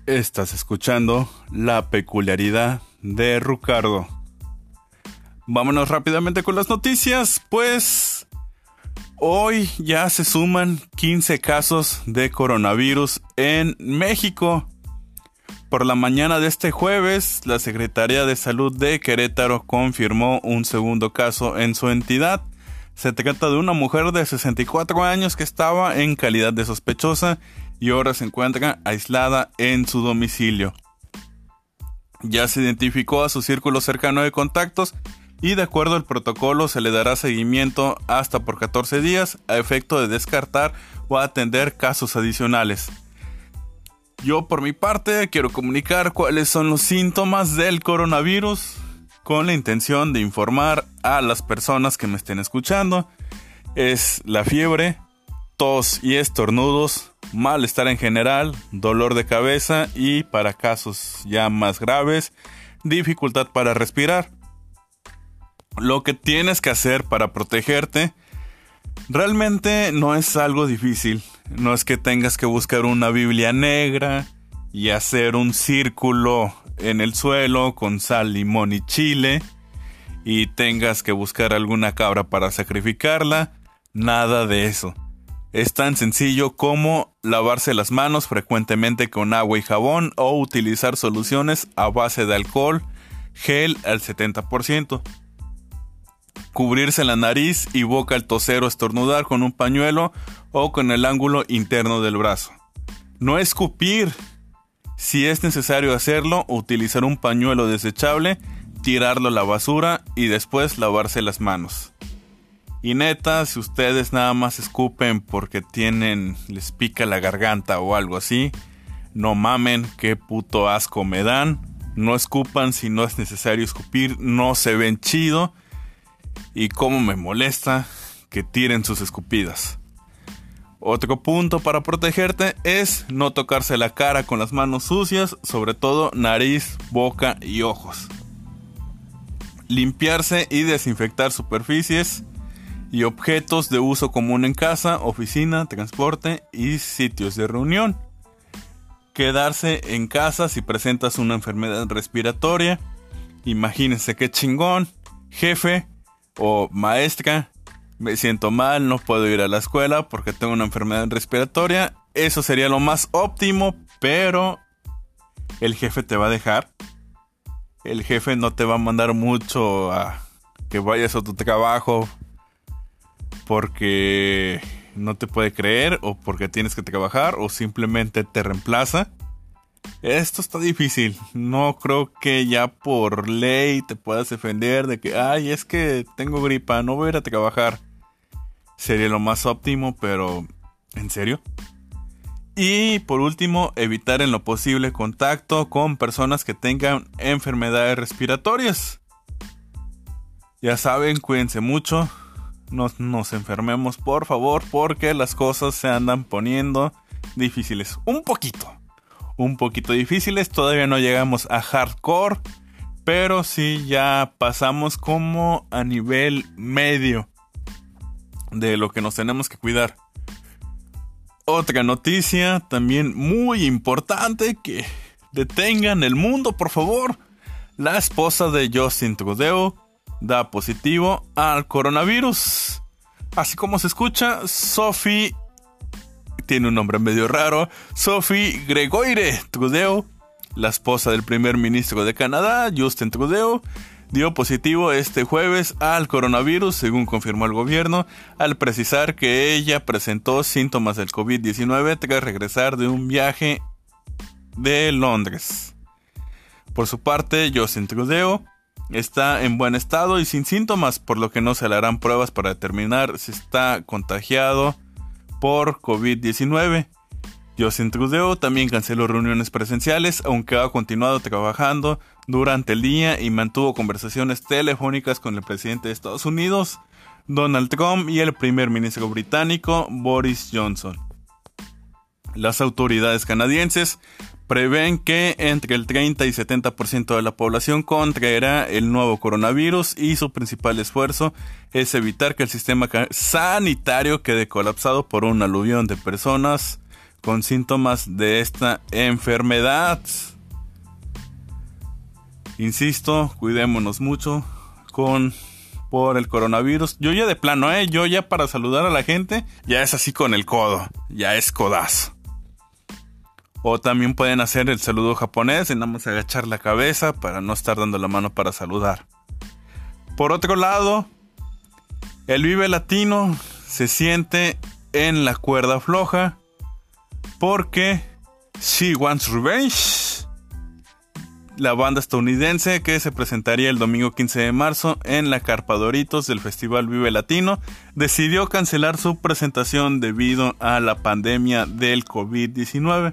Estás escuchando La Peculiaridad de Rucardo. Vámonos rápidamente con las noticias, pues hoy ya se suman 15 casos de coronavirus en México. Por la mañana de este jueves, la Secretaría de Salud de Querétaro confirmó un segundo caso en su entidad. Se trata de una mujer de 64 años que estaba en calidad de sospechosa y ahora se encuentra aislada en su domicilio. Ya se identificó a su círculo cercano de contactos y de acuerdo al protocolo se le dará seguimiento hasta por 14 días a efecto de descartar o atender casos adicionales. Yo por mi parte quiero comunicar cuáles son los síntomas del coronavirus con la intención de informar a las personas que me estén escuchando. Es la fiebre, tos y estornudos, malestar en general, dolor de cabeza y para casos ya más graves, dificultad para respirar. Lo que tienes que hacer para protegerte realmente no es algo difícil. No es que tengas que buscar una Biblia negra y hacer un círculo en el suelo con sal, limón y chile y tengas que buscar alguna cabra para sacrificarla. Nada de eso. Es tan sencillo como lavarse las manos frecuentemente con agua y jabón o utilizar soluciones a base de alcohol, gel al 70%. Cubrirse la nariz y boca al toser o estornudar con un pañuelo o con el ángulo interno del brazo. No escupir. Si es necesario hacerlo, utilizar un pañuelo desechable, tirarlo a la basura y después lavarse las manos. Y neta, si ustedes nada más escupen porque les pica la garganta o algo así, no mamen, qué puto asco me dan. No escupan si no es necesario escupir, no se ven chido. Y cómo me molesta que tiren sus escupidas. Otro punto para protegerte es no tocarse la cara con las manos sucias, sobre todo nariz, boca y ojos. Limpiarse y desinfectar superficies y objetos de uso común en casa, oficina, transporte y sitios de reunión. Quedarse en casa si presentas una enfermedad respiratoria. Imagínense qué chingón, jefe o maestra, me siento mal, no puedo ir a la escuela porque tengo una enfermedad respiratoria. Eso sería lo más óptimo, pero el jefe te va a dejar. El jefe no te va a mandar mucho a que vayas a tu trabajo porque no te puede creer o porque tienes que trabajar o simplemente te reemplaza. Esto está difícil. No creo que ya por ley te puedas defender de que ay, es que tengo gripa, no voy a ir a trabajar. Sería lo más óptimo, pero ¿en serio? Y por último, evitar en lo posible contacto con personas que tengan enfermedades respiratorias. Ya saben, cuídense mucho. No nos enfermemos, por favor, porque las cosas se andan poniendo difíciles. Un poquito difíciles. Todavía no llegamos a hardcore, pero sí ya pasamos como a nivel medio de lo que nos tenemos que cuidar. Otra noticia también muy importante, que detengan el mundo, por favor. La esposa de Justin Trudeau da positivo al coronavirus. Así como se escucha, Sophie, tiene un nombre medio raro, Sophie Gregoire Trudeau, la esposa del primer ministro de Canadá, Justin Trudeau, dio positivo este jueves al coronavirus, según confirmó el gobierno, al precisar que ella presentó síntomas del COVID-19 tras regresar de un viaje de Londres. Por su parte, Justin Trudeau está en buen estado y sin síntomas, por lo que no se le harán pruebas para determinar si está contagiado por COVID-19. Justin Trudeau también canceló reuniones presenciales, aunque ha continuado trabajando durante el día y mantuvo conversaciones telefónicas con el presidente de Estados Unidos, Donald Trump, y el primer ministro británico, Boris Johnson. Las autoridades canadienses prevén que entre el 30 y 70% de la población contraerá el nuevo coronavirus y su principal esfuerzo es evitar que el sistema sanitario quede colapsado por un aluvión de personas con síntomas de esta enfermedad. Insisto, cuidémonos mucho por el coronavirus. Yo ya de plano, yo ya para saludar a la gente, ya es así con el codo, ya es codazo. O también pueden hacer el saludo japonés, nada más agachar la cabeza para no estar dando la mano para saludar. Por otro lado, el Vive Latino se siente en la cuerda floja porque She Wants Revenge, la banda estadounidense que se presentaría el domingo 15 de marzo en la Carpa Doritos del Festival Vive Latino, decidió cancelar su presentación debido a la pandemia del COVID-19.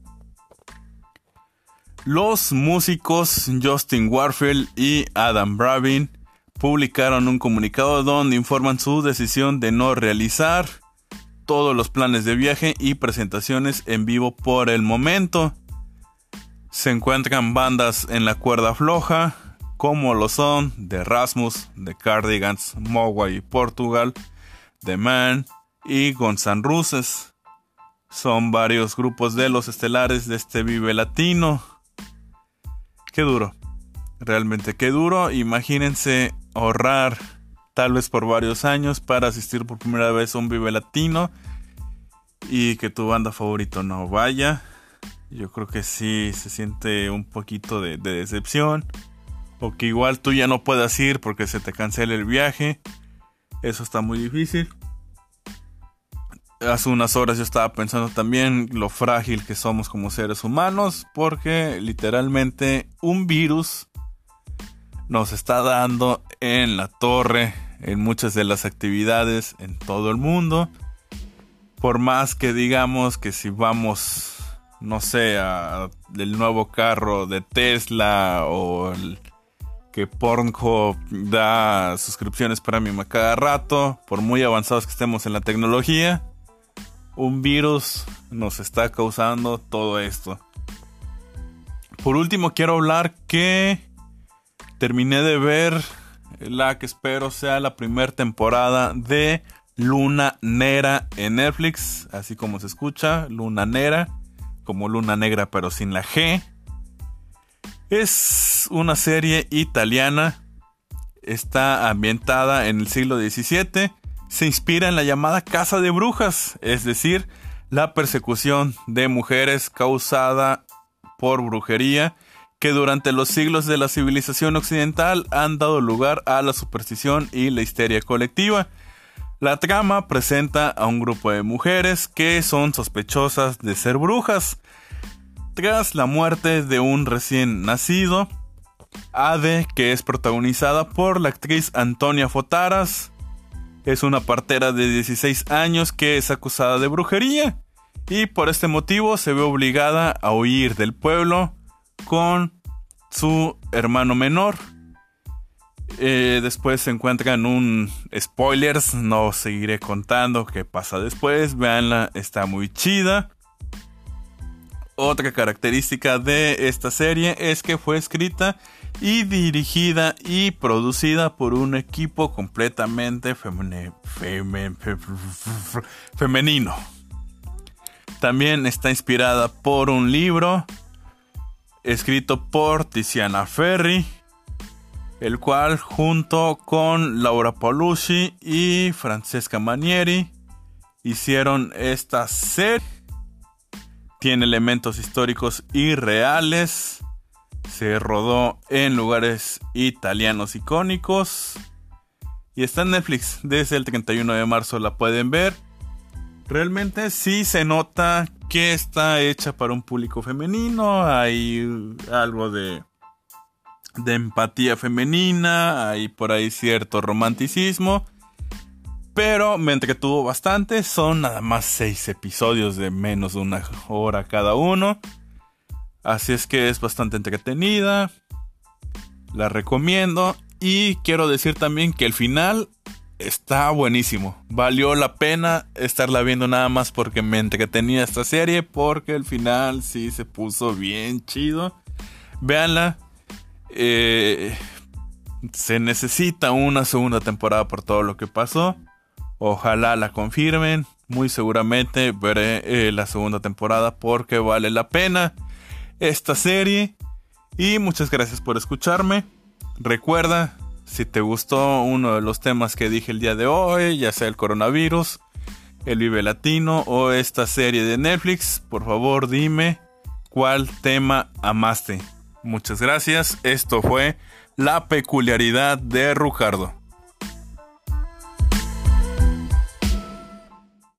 Los músicos Justin Warfield y Adam Bravin publicaron un comunicado donde informan su decisión de no realizar todos los planes de viaje y presentaciones en vivo por el momento. Se encuentran bandas en la cuerda floja, como lo son The Rasmus, The Cardigans, Mogwai Portugal, The Man y Guns N' Roses. Son varios grupos de los estelares de este Vive Latino. Qué duro, realmente qué duro. Imagínense ahorrar tal vez por varios años para asistir por primera vez a un Vive Latino y que tu banda favorita no vaya. Yo creo que sí se siente un poquito de decepción, o que igual tú ya no puedas ir porque se te cancela el viaje. Eso está muy difícil. Hace unas horas yo estaba pensando también lo frágil que somos como seres humanos, porque literalmente un virus nos está dando en la torre en muchas de las actividades en todo el mundo. Por más que digamos que si vamos, no sé, el nuevo carro de Tesla, o que Pornhub da suscripciones premium a cada rato, por muy avanzados que estemos en la tecnología, un virus nos está causando todo esto. Por último, quiero hablar que terminé de ver la que espero sea la primera temporada de Luna Negra en Netflix, así como se escucha, Luna Negra, como luna negra pero sin la G. Es una serie italiana, está ambientada en el siglo XVII, se inspira en la llamada caza de brujas, es decir, la persecución de mujeres causada por brujería, que durante los siglos de la civilización occidental han dado lugar a la superstición y la histeria colectiva. La trama presenta a un grupo de mujeres que son sospechosas de ser brujas. Tras la muerte de un recién nacido, Ade, que es protagonizada por la actriz Antonia Fotaras, es una partera de 16 años que es acusada de brujería y por este motivo se ve obligada a huir del pueblo con su hermano menor. Después se encuentran spoilers, no seguiré contando qué pasa después, véanla, está muy chida. Otra característica de esta serie es que fue escrita y dirigida y producida por un equipo completamente femenino. También está inspirada por un libro escrito por Tiziana Ferri, el cual junto con Laura Paolucci y Francesca Manieri hicieron esta serie. Tiene elementos históricos y reales. Se rodó en lugares italianos icónicos. Y está en Netflix. Desde el 31 de marzo la pueden ver. Realmente sí se nota que está hecha para un público femenino. Hay algo de empatía femenina. Hay por ahí cierto romanticismo. Pero me entretuvo bastante. Son nada más 6 episodios de menos de 1 hora cada uno. Así es que es bastante entretenida. La recomiendo. Y quiero decir también que el final está buenísimo. Valió la pena estarla viendo nada más porque me entretenía esta serie. Porque el final sí se puso bien chido. Véanla. Se necesita una segunda temporada por todo lo que pasó. Ojalá la confirmen. muy seguramente veré la segunda temporada porque vale la pena esta serie. Y muchas gracias por escucharme. Recuerda, si te gustó uno de los temas que dije el día de hoy, ya sea el coronavirus, el Vive Latino o esta serie de Netflix, por favor dime cuál tema amaste. Muchas gracias. Esto fue La Peculiaridad de Rucardo.